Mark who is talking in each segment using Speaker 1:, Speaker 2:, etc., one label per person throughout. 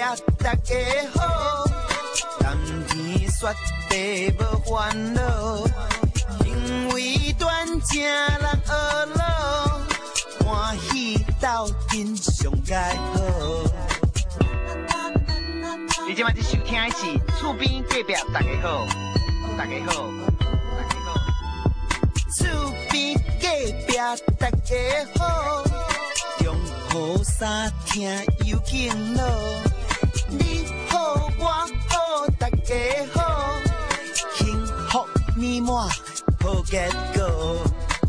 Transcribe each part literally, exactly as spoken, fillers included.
Speaker 1: 大家好，甘甜雪地无烦恼，行为端正人学老，欢喜斗阵上佳好。你今晚在收听的是厝边隔壁大家好，大家好，大家好，厝边隔壁大家好，中好三听有敬老，你好我好大家好，幸福美满好结果。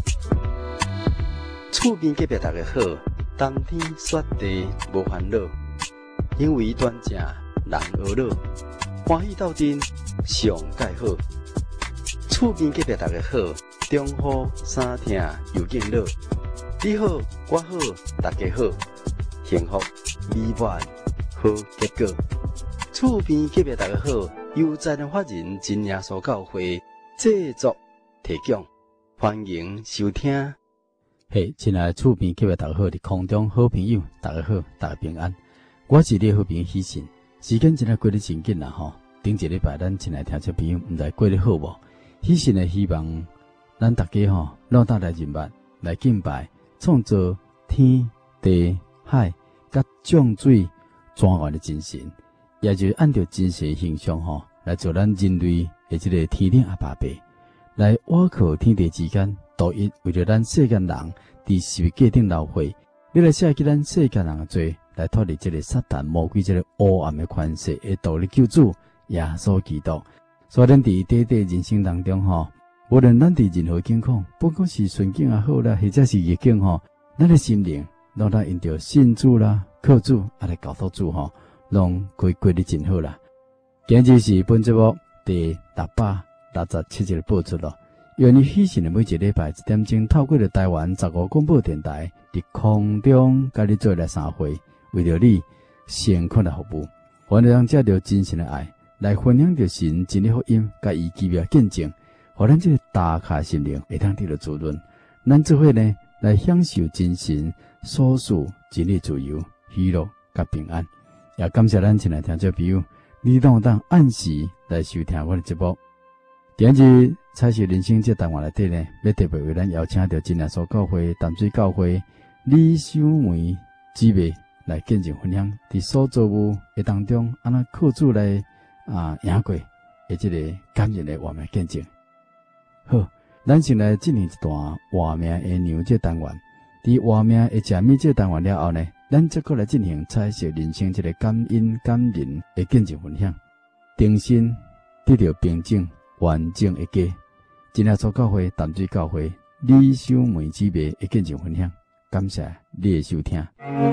Speaker 2: 厝边隔壁大家好，冬天雪地无烦恼，因为端正人学老，欢喜斗阵上介好。厝边隔壁大家好，中好三听有敬老，你好我好大家好，幸福美满好结果。厝边隔壁大家好，由在人法人真耶稣教会制作提供，欢迎收听。嘿，亲爱的厝边隔壁大家好，伫空中好朋友，大家好，大家平安。我是你好朋友喜信。时间真系过得真紧啦吼！顶一礼拜咱亲爱听众朋友，唔知过得好无？喜信呢希望咱大家吼，让大家人物来敬拜，创造天地海甲降水全源的真神，也就是按照真实的形象吼，来做咱人类的这个天顶阿爸爸，来倚靠天地之间独一为了咱世间人伫世界顶流会，你来写给咱世间人的罪。来脱离这个撒旦魔鬼这个黑暗的权势，而独立救主耶稣基督。所以咱伫短短人生当中吼，无论咱伫任何境况，不管是顺境也好啦，或者是逆境吼，咱的心灵让咱因着信主啦、靠主啊来教导主吼，拢可以过得真好啦。今日是本节目第六百六十七集播出咯。愿你喜信的每一礼拜一点钟，透过了台湾十五广播电台伫空中甲你做来三会。为了你先困来服务，我们让借着真神的爱来分享着神真理福音，甲伊奇妙见证，互咱这个打开心灵会当得到滋润。咱做伙呢来享受真神所赐真理自由、喜乐甲平安。也感谢咱亲爱听众朋友，你当当按时来收听我的节目。今日彩色人生这单元内底呢，要特别为咱邀请到真耶稣教会淡水教会李秀梅姊妹。来见证分享，伫所作物的当中，安那靠主来啊赢过，的这个感人的画面见证。好，咱先来进行一段画面的牛这单元。伫画面的食米这单元了后呢，咱再过来进行彩色人生这个感恩感人的见证分享。重新得到平静完整的家，真耶稣教会淡水教会李秀梅姊妹的见证分享。感谢你的收听。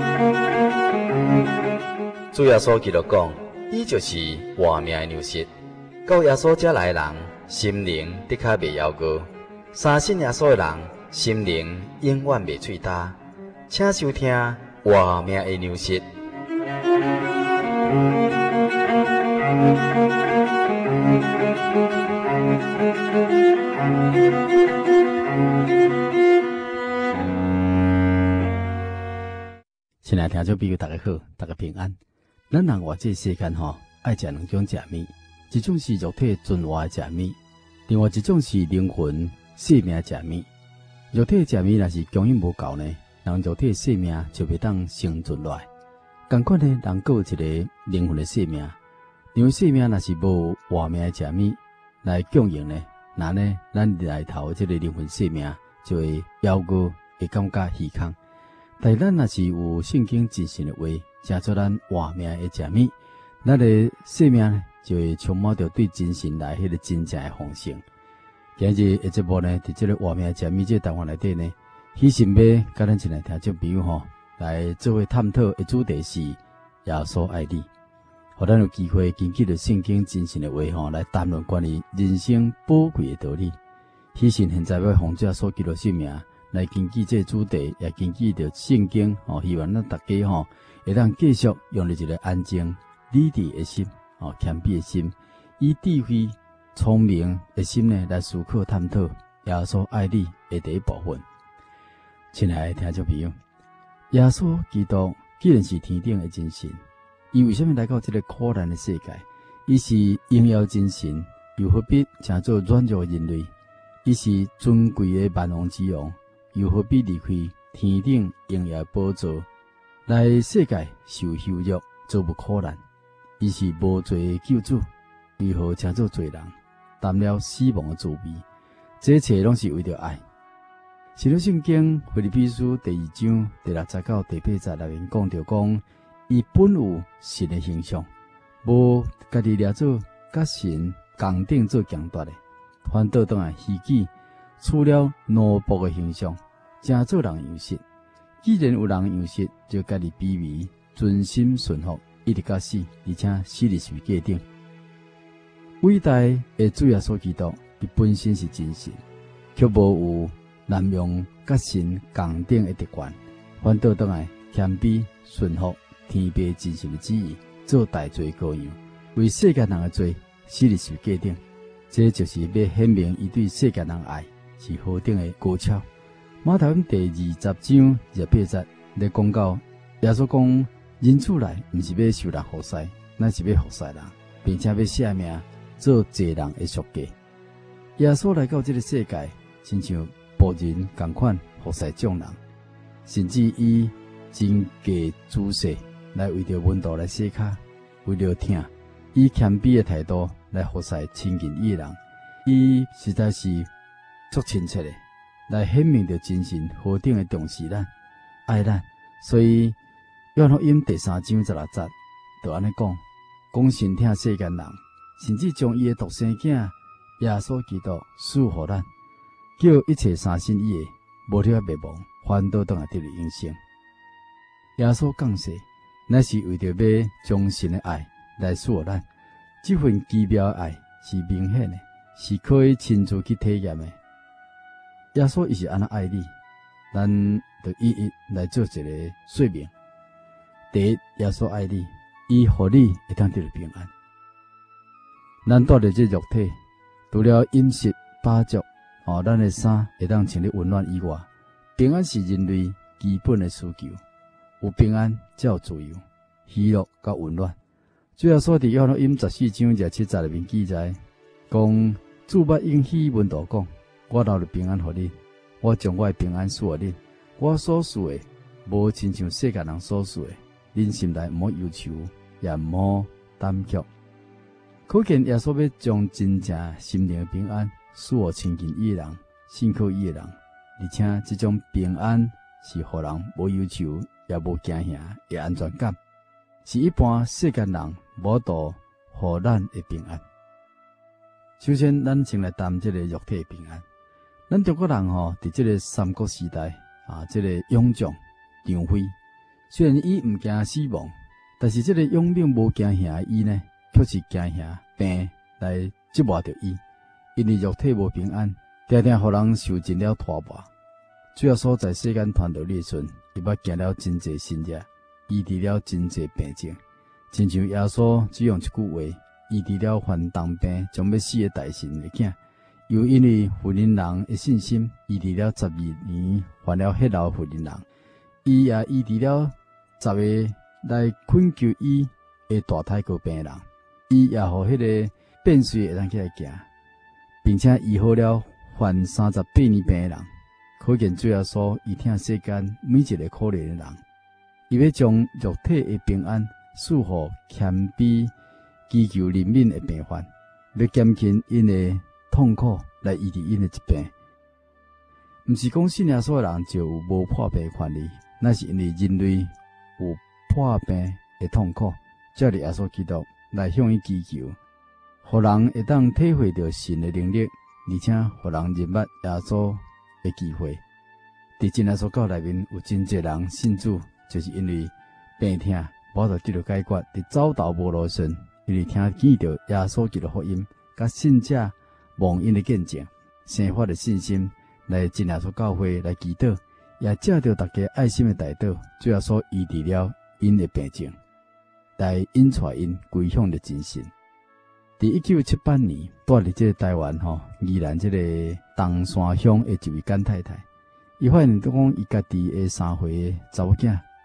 Speaker 2: 主耶稣基督讲，伊就是活命的粮食。到耶稣遮来的人，心灵的确袂夭糕；相信耶稣的人，心灵永远袂脆焦。请收听活命的粮食。亲爱的听众朋友，大家好，大家平安。咱人活这世间吼，爱食两种食物，一种是肉体存活的食物，另外一种是灵魂生命的食物。肉体的食物若是供应无够呢，人肉体的生命就袂当生存落来。同款呢，人有一个灵魂的生命，因为生命若是无活命的食物来供应呢，那呢，咱内头这个灵魂生命就会夭折，会感觉虚空。但咱若是有圣经真神的话，成做咱活命的食物，咱的生命呢就会充满着对真神来迄个真正的丰盛。今日的节目呢，伫这个活命的食物这个单元内底呢，喜信要甲咱一来听众朋友吼，来做伙探讨的主题是耶稣爱你，互咱有机会根据着圣经真神的话吼，来谈论关于人生宝贵的道理。喜信现在要奉主耶稣基督圣名。来根据这主题，也根据着圣经吼，希望咱大家吼会当继续用一个安静、理智的心，吼谦卑的心，以智慧、聪明的心呢来思考探讨耶稣爱你的第一部分。亲爱的听众朋友，耶稣基督既然是天顶的真神，
Speaker 3: 伊为什么来到这个苦难的世界？伊是荣耀真神，又何必成做软弱人类？伊是尊贵的万王之王，又何必离开天顶荣耀宝座，来世界受羞辱、遭无苦难？伊是无罪的救主，为何成做罪人，担了死亡的滋味？这一切拢是为着爱。新约圣经腓立比书第二章第六节到第八节内面讲着讲，伊本有神的形象，无家己掠做甲神共顶做强夺的，反倒当来虚己，取了奴仆的形象，正做人样式。既然有人样式，就家己卑微，存心顺服，一直到死，而且死伫十字架顶。伟大的主耶稣基督，伊本身是真神，却无有滥用甲神共顶的特权，反倒当来谦卑顺服天父真神的旨意，做大罪羔羊，为世间人的罪死伫十字架顶。这就是要显明伊对世间人爱是何等的高超。马太福音第二十章二十八节咧讲到，耶稣讲：人子来，毋是要受人服侍，乃是要服侍人，并且要舍命做济人的赎价。耶稣来到这个世界，亲像仆人同款服侍众人，甚至伊真价姿势来为着门徒来洗脚，为了听以谦卑的态度来服侍亲近伊的人，伊实在是足亲切的，来显明着真神何等的重视咱、爱咱。所以约翰福音第三章十六节就安尼讲：讲神疼世间人，甚至将伊的独生囝耶稣基督赐予咱，叫一切相信伊的无了灭亡，反倒当来得到永生。耶稣降世，乃是为着要将神的爱来赐予咱。这份奇妙的爱是明显的，是可以亲自去体验的。耶稣伊是安那爱你，咱就一一来做一个说明。第一，耶稣爱你，伊互你会当得到平安。咱带着这肉体，除了饮食饱足，哦，咱的衫会当穿得温暖以外，平安是人类基本的需求。有平安才有自由、喜乐甲温暖。主要说伫约翰福音十四章廿七节里面记载，讲主捌应许门徒讲：我留了平安互恁，我将我的平安赐予恁。我所赐的，无亲像世间人所赐的，恁心内毋好忧愁，也毋好胆怯。可见耶稣要将真正心灵的平安赐予亲近伊的人、信靠伊的人，而且这种平安是互人无忧愁，也无惊吓的安全感，是一般世间人无度互咱的平安。首先，咱先来谈这个肉体的平安。咱中国人吼，伫这个三国时代啊，这个勇将张飞，虽然伊毋惊死亡，但是这个勇猛无惊吓的伊呢，却是惊吓病来折磨着伊，因为肉体无平安，常常互人受尽了拖磨。主要所在世间传道历程，伊捌行了真济新热，医治了真济病症，亲像耶稣只用一句话，医治了患重病将要死的大神的囝，又因为妇人人的信心，医治了十二年患了血流妇人人，伊也医治了十个来困求伊的大太哥病人，伊也互迄个变衰会当起来行，并且医好了患三十八年病的人。可见主耶稣伊疼世间每一个可怜的人，伊要将肉体的平安赐予谦卑、祈求怜悯的病患，要减轻因的痛苦来医治因的疾病。毋是讲信耶稣的人就有无破病的权利，那是因为人类有破病的痛苦，才是耶稣基督来向伊祈求，互人会当体会到神的能力，而且互人认捌耶稣的机会。伫真耶稣教内面有真侪人信主，就是因为病痛无得得到解决，伫走投无路时，因为听见到耶稣基督福音，甲信者忘恩的见证，生发的信心，来真耶稣教会来祈祷，也借着大家爱心的代祷，主要所医治了因的病症，来引带因归向的真神。伫一九七八年，住伫这个台湾吼，宜兰这个东山乡的一位简太太，伊发现讲伊家己的三岁的查某囝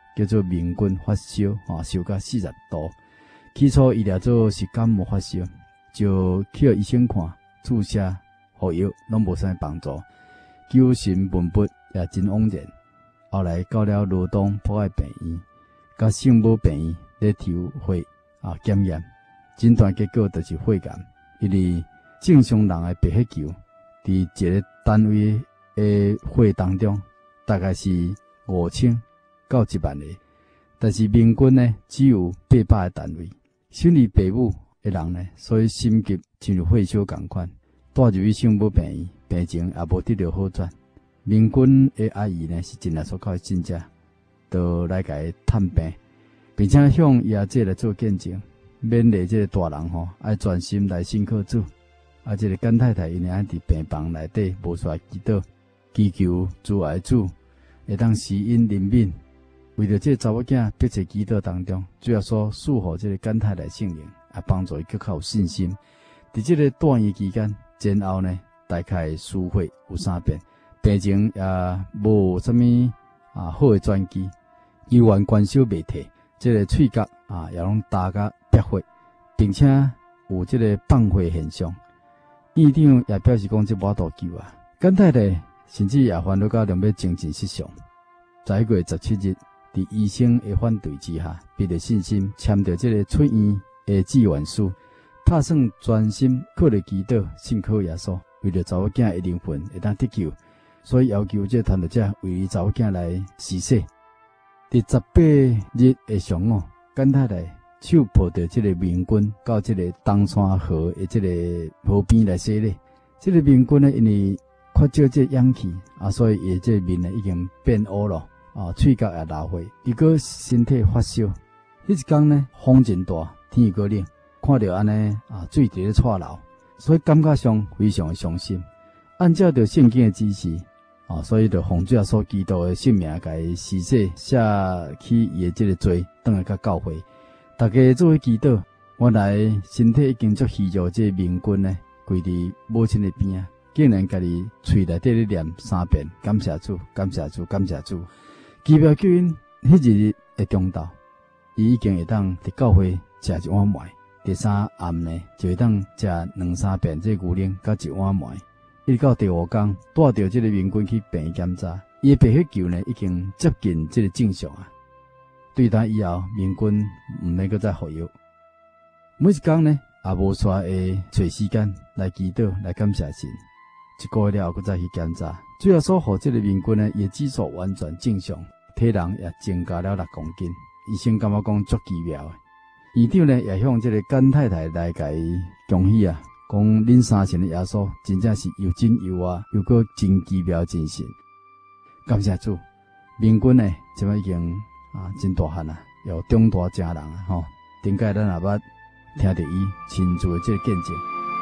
Speaker 3: 叫做明君发烧，吼，烧到四十度。起初伊掠做是感冒发烧，就去医生看，注射好药，拢无啥帮助。求神问卜也真枉然。后来到了罗东博爱病院，甲圣母病院咧抽血啊检验，诊断结果就是肺癌。因为正常人的白血球伫一个单位的血当中，大概是五千到一万个，但是明君呢只有八百个单位。心理父母的人呢，所以心急进入血小共款，带入去圣母病院，病情也无得到好转。明君的阿姨呢是真来所靠的真正，就来甲伊探病，并且向伊阿姐来做见证，勉励这个大人吼，爱专心来信靠主。啊，这个简太太因爱伫病房内底无出来祈祷，祈求主爱主会当施恩怜悯。为着这查某囝迫切祈祷当中，主要说赐予这个简太太圣灵，也帮助伊更较有信心。伫这个住院期间，前后呢，大概输血有三遍，病情也无什么啊好的转机，医院关烧未退，这个喙角啊也拢打甲憋血，并且有这个放血现象。院长也表示讲这无度救啊，简太太甚至也烦恼到连要精神失常。十一月十七日，伫医生的反对之下，凭着信心签着这个出院的志愿书，打算专心靠着祈祷，信靠耶稣，为了查某囝的灵魂会当得救，所以要求这传道者为查某囝来施洗。伫十八日的上午，简太太手抱着这个明君到这个东山河的这个河边来洗礼。这个明君呢，因为缺少这氧气啊，所以伊这个面呢已经变乌了啊，喙角也流血，伊个身体发烧。迄一天呢，风真大，天又个冷，看到安尼啊，水伫咧窜流，所以感觉上非常的伤心。按照着圣经的指示啊，所以就奉主耶稣基督的性命，甲伊施洗，写起伊的这个罪，转来甲教会。大家做伙祈祷，原来身体已经足虚弱，这明君呢，跪伫母亲的边啊，竟然家己喙内底咧念三遍感谢主，感谢主，感谢主。奇妙救恩，迄日的中昼，伊已经会当伫教会食一碗糜，第三暗呢就会当食两三遍这牛奶甲一碗糜。一直到第五天，带着这个明君去病院检查，伊的白血球呢已经接近这个正常啊。对他以后，明君毋免阁再服药。每一天呢，也无煞会找时间来祈祷、来感谢神。一个月了后，阁再去检查，最后所获这个明君呢，也指数完全正常，体重也增加了六公斤。医生感觉讲足奇妙的。院长呢，也向这个简太太来甲伊恭喜啊，讲恁三神的耶稣真正是又真又活，又个真奇妙真神。感谢主，明君呢，即摆已经。啊，真大汉啊，有中大正人啊，吼！顶届咱也捌听着伊亲自的这个见证。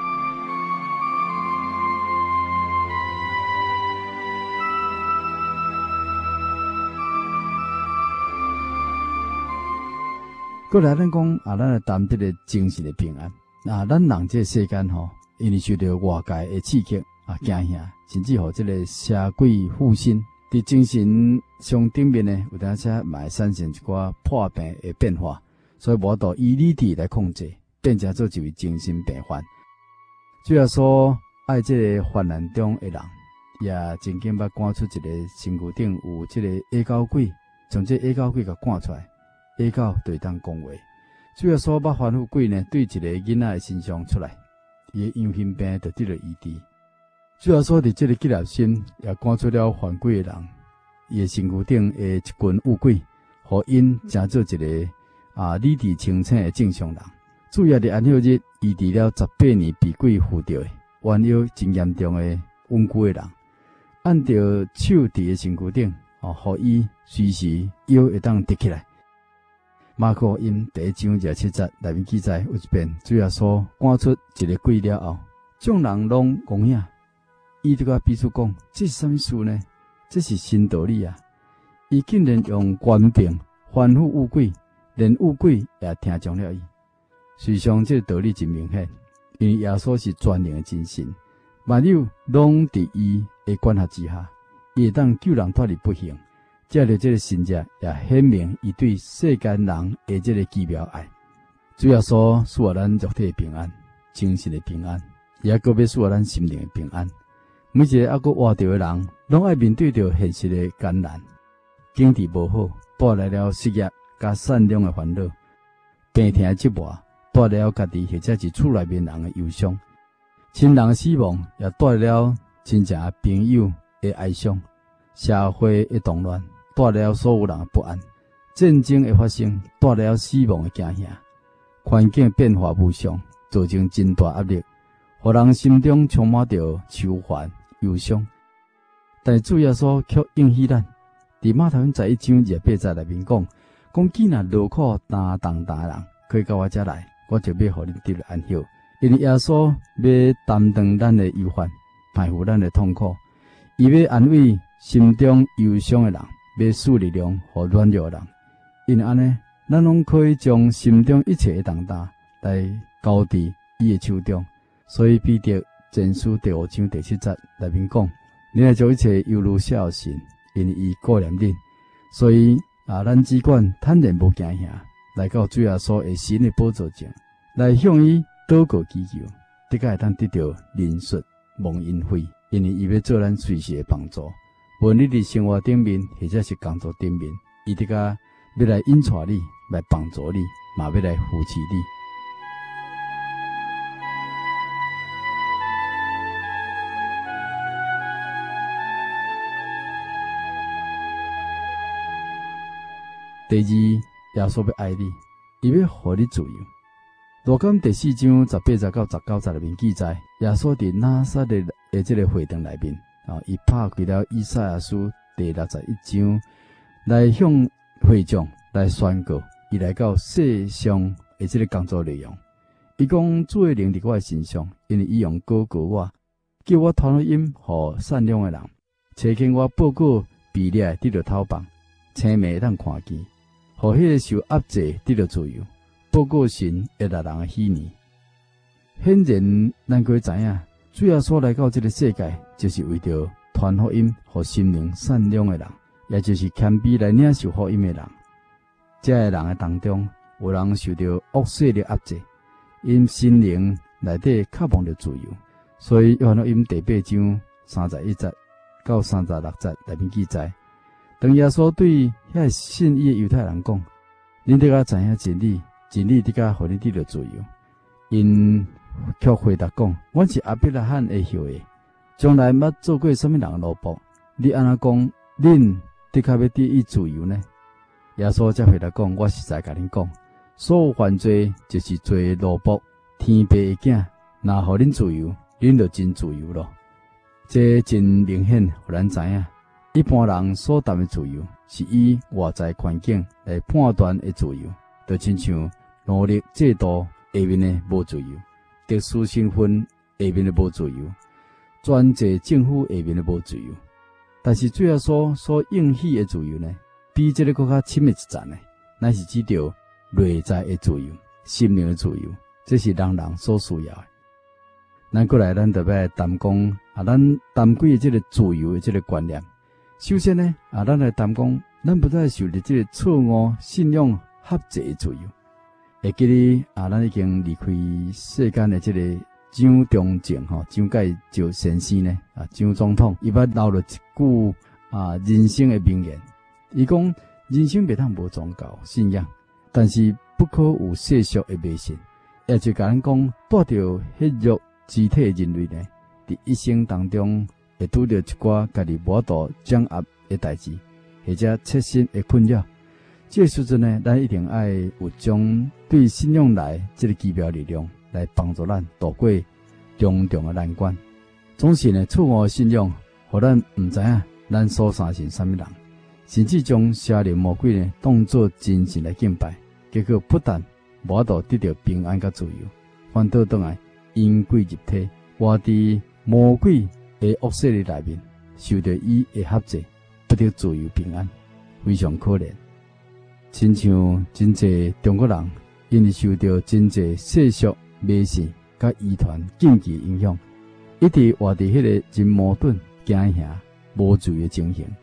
Speaker 3: 过来咱讲啊，咱来谈这个精神的平安。啊，咱人这个世间吼，因为受到外界的刺激啊、惊吓，甚至乎这个社会负心。伫精神上顶面呢，有当时嘛会产生一寡破病的变化，所以无法度以理智来控制，变成做一位精神病患。主要说爱这个患难中的人，也曾经捌赶出一个身躯顶有这个野狗鬼，从这野狗鬼甲赶出来，野狗就会当讲话。主要说捌反复鬼呢，对一个囡仔的身上出来，伊的忧心病就得到医治。主要说，伫这个吉立新也赶出了犯鬼的人，伊的身躯顶的一群乌鬼，互因成做一个啊理智清醒的正常人。主要伫安息日医治了十八年被鬼附着的、患有真严重的瘟菇的人，按照手伫的身躯顶，哦，互伊随时腰会当直起来。马可因第一章廿七节内面记载有一遍，主要说赶出一个鬼了后，众人拢讲遐。伊就甲彼此讲：这是什么事呢？这是新道理啊！伊竟然用官兵反复乌鬼，连乌鬼也听从了伊。实际上，这个道理真明显，因为耶稣是全能的真神，万有拢伫伊的管辖之下，伊会当救人脱离不幸， 借着这个信者，也显明伊对世间人的这个奇妙爱。主要说赐予咱肉体的平安、精神的平安，也搁要赐予咱心灵的平安。每一个还搁活着的人，拢爱面对着现实的艰难，经济无好，带来了失业加善良的烦恼，病痛折磨，带来了家己或者是厝内面人的忧伤，亲人的死亡也带来了亲情朋友的哀伤，社会的动乱带来了所有人的不安，战争的发生带来了死亡的惊吓，环境变化无常，造成真大压力，互人心中充满着愁烦忧伤。但是主耶稣却应许咱，伫马太福音十一章廿八节内面讲，讲既然劳苦担重担的人，可以到我这来，我就要互恁得到安息。因为耶稣要担当咱的忧患，排除咱的痛苦，伊要安慰心中忧伤的人，要赐力量互软弱的人。因为安尼，咱拢可以将心中一切的重担来交伫伊的手中。所以彼得前书第五章第七节内面讲，你来将一切忧虑卸予神，因为伊顾念恁。所以啊，咱只管坦然无惊吓，来到主耶稣的神的宝座前，来向伊祷告祈求，得个会当得到怜恤蒙恩惠，因为伊要做咱随时的帮助。无论你伫生活顶面或者是工作顶面，伊得个要来引带你，来帮助你，嘛要来扶持你。第二，耶稣要爱你，伊要互你自由。路加第四章十八节到十九节里面记载，耶稣伫拿撒勒的这个会堂内面，啊，伊拍开了以赛亚书第六十一章，来向会众来宣告，伊来到世上的这个工作内容。伊讲主的灵伫我的身上，因为伊用膏膏我，叫我传福音互善良的人，查经我报告比例得到头棒，青眉当看见。互迄个受压制得到自由，报告神会让人的喜年。显然，咱可以知影，主耶稣来到这个世界，就是为着传福音互心灵善良的人，也就是谦卑来领受福音的人。这个人的当中，有人受到恶势的压制，因心灵内底渴望着自由。所以，约翰福音第八章三十一节到三十六节内面记载。当耶稣对遐信伊的犹太人讲：“恁得个知影真理，真理得个互你得到自由。”因却回答讲：“阮是亚伯拉罕的后裔，从来捌做过什么人的奴仆？你安怎讲，恁的确要得以自由呢？”耶稣才回答讲：“我实在甲恁讲，所有犯罪就是做奴仆，天父的囝，若互恁自由，恁就真自由咯。”这真明显，互咱知影。一般人所谈的自由，是以外在环境来判断的自由，就亲像奴隶制度下面的无自由，特殊身份下面的无自由，专制政府下面的无自由。但是主耶稣所应许的自由呢，比这个更加深的一层呢，乃是指着内在的自由、心灵的自由，这是人人所需要的。咱过来，咱就要谈讲啊，咱谈几个这个自由的这个观念。首先呢，啊，咱来谈讲，咱不再受着这个错误信仰辖制的自由。会记得啊，咱已经离开世间的这个蒋中正吼，蒋介石先生呢，啊，蒋总统，伊捌留了一句啊人生的名言，伊讲人生袂通无宗教信仰，但是不可有世俗的迷信。也就甲咱讲，带着血肉肢体的人类呢，伫一生当中。会拄着一寡家己无度掌握的代志，或者切身的困扰。这个时阵呢，咱一定爱有将对信仰来这个奇妙力量来帮助咱度过重重的难关。总是呢，错误的信仰，互咱唔知影咱所相信什么人，甚至将邪灵魔鬼呢当作真神来敬拜，结果不但无度得到平安甲自由，反倒倒来因鬼入体，活伫魔鬼在恶势力内面，受到伊的辖制，不得自由平安，非常可怜。亲像真济中国人，因为受到真济世俗迷信甲遗传禁忌影响，一直活伫迄个真矛盾、惊吓、无自由的情形，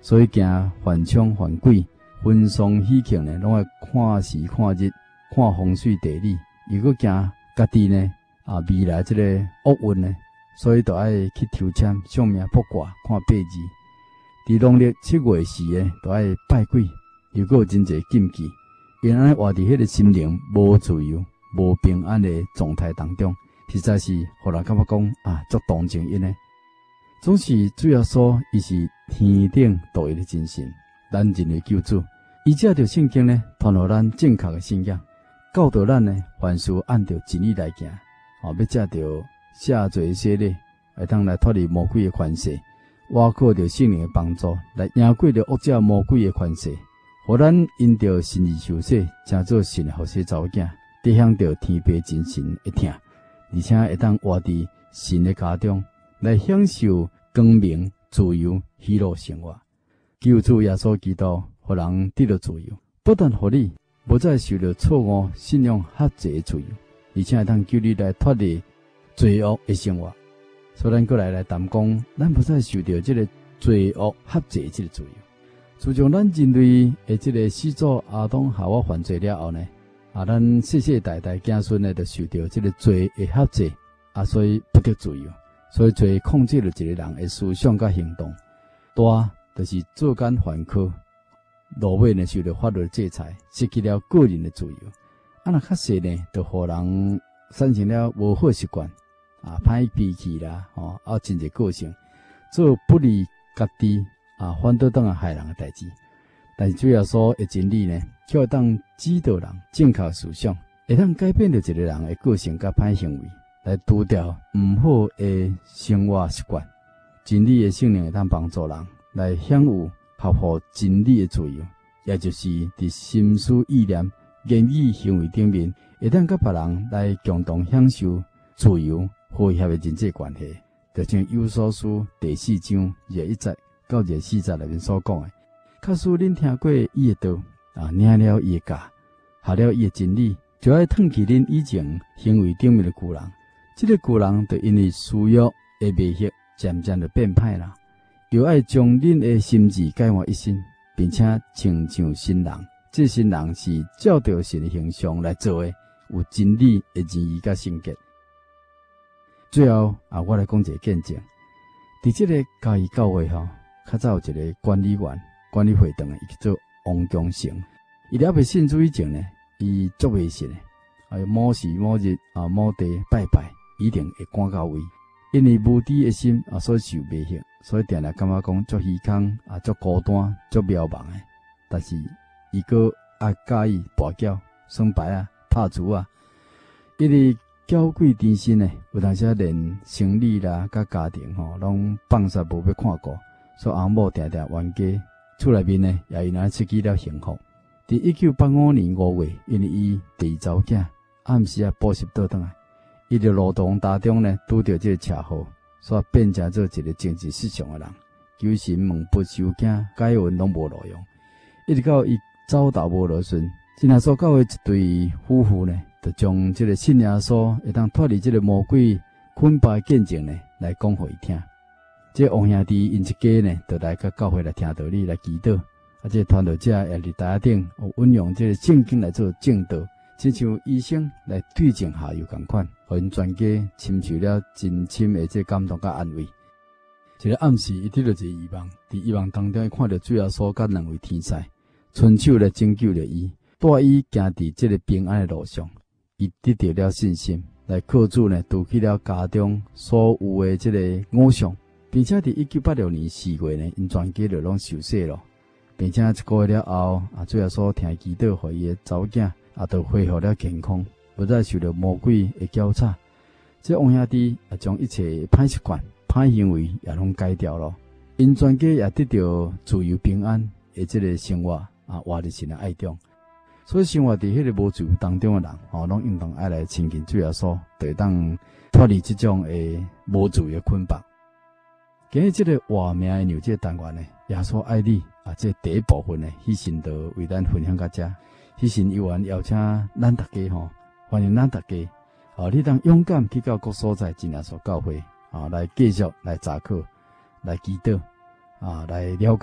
Speaker 3: 所以行犯冲犯鬼、婚丧喜庆呢，拢爱看时看日、看风水地理。如果惊家己呢啊未来这个厄运呢，所以就爱去抽签、算命、卜卦、看八字。伫农历七月时呢，就爱拜鬼。如果有真侪禁忌，因安尼活伫迄个心灵无自由、无平安的状态当中，实在是互人感觉讲啊，足同情因呢。总是主要说，伊是天顶独一的真神，咱人类救主。伊借着圣经呢，传互咱正确的信仰，教导咱呢，凡事按照真理来行。哦，要借着下罪洗礼，会当来脱离魔鬼的权势，挖靠着圣灵的帮助，来赢过着恶者魔鬼的权势，互咱因着神而受洗，成做神的后世查某囝，得享着天父真神的疼，而且会当活伫神的家中，来享受光明、自由、喜乐生活。救主耶稣基督，互人得到自由，不但互你无再受到错误信仰辖制的自由，而且会当救你来脱离罪恶的生活。所以咱过来来谈讲，咱不再受到这个罪恶辖制的这个自由。自从咱人类的这个始祖亚当夏娃犯罪了后呢，啊，咱世世代代子孙呢，就受到这个罪的辖制，啊，所以不得自由。所以罪控制了一个人的思想甲行动，大就是作奸犯科，落尾呢受到法律制裁，失去了个人的自由。啊，那较细呢，就互人产生了无好习惯，啊，歹脾气啦，吼、哦，啊，真侪个性，做不利家己啊，反倒当啊害人的代志。但是主要说的真理呢，却当指导人正确思想，会当改变着一个人的个性甲歹行为，来除掉唔好的生活习惯。真理的圣灵会当帮助人来享有合乎真理的自由，也就是伫心思意念、言语行为顶面，会当甲别人来共同享受自由和谐的人际关系。就像有所书第四章廿一节到廿四节里面所讲的，假使恁听过伊的道，啊，领了伊的教，学了伊的真理，就要脱去恁以前行为顶面的旧人。这个旧人就因为私欲的迷惑，渐渐就变歹啦。又爱将恁的心智改换一新，并且亲像新人。这新人是照着神的形象来做的，有真理的仁义甲圣洁。最后啊，我来讲一个见证。伫这个嘉义教会吼，较早有一个管理员，管理会堂的，伊叫做王强成。伊了未信主以前呢，伊足迷信的，啊，某时某日啊，某地拜拜。一定会赶到位，因为无知的心啊，所受迷惑，所以定定感觉讲足虚空啊，足孤单，足渺茫的。但是伊个啊介意跋筊、算牌啊、拍珠啊，因为娇贵甜心呢，有当时连生理啦、甲家庭吼，拢放煞无要看过，所以翁某定定冤家，厝内面呢也因而失去了幸福。伫一九八五年五月，因为伊第二查某囝暗时啊补习倒转来。伊伫路途当中呢，拄到这个车祸，所以变成做一个政治失常的人。求神问卜收惊，解运拢无路用，一直到伊走投无路顺，今仔所教的一对夫妇呢，就将这个信耶稣会当脱离这个魔鬼捆绑的见证呢，来讲互伊听。这王兄弟因一家呢，就来甲教会来听道理来祈祷，啊，这传道者也伫台顶有运用这个圣经来做正道。亲像医生来对症下药同款，互因全家亲受了真深的这感动甲安慰。一个暗时，伊得到一个异梦，伫异梦当中，伊看到主耶稣甲两位天使伸手来拯救了伊，带伊行伫这个平安的路上。伊得到了信心，来靠主呢，除去了家中所有的这个偶像，并且伫一九八六年四月呢，因全家就拢受洗了，并且一个月了后，啊，主耶稣听祈祷，互伊的查某囝。啊，都恢复了健康，不再受到魔鬼的搅叉。这王兄弟啊，将一切歹习惯、歹行为也拢改掉了，因全家也得到自由平安的这个生活啊，活伫神的爱中。所以生活伫迄个无自由当中的人，哦，拢应当爱来亲近主耶稣，就当脱离这种的无自由的捆绑。今日这个活命的牛这单元呢，耶稣爱你啊，这第一部分呢，迄神就为咱分享到这。迄神有缘邀请咱大家吼，欢迎咱大家，啊，你当勇敢去到各所在真耶稣教会啊，来继续来查考，来祈祷啊，来了解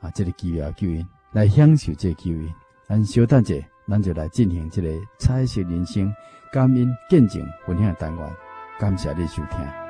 Speaker 3: 啊，这个机会救因，来享受这个机会。咱稍等者，咱就来进行这个彩色人生感恩见证分享单元。感谢你收听。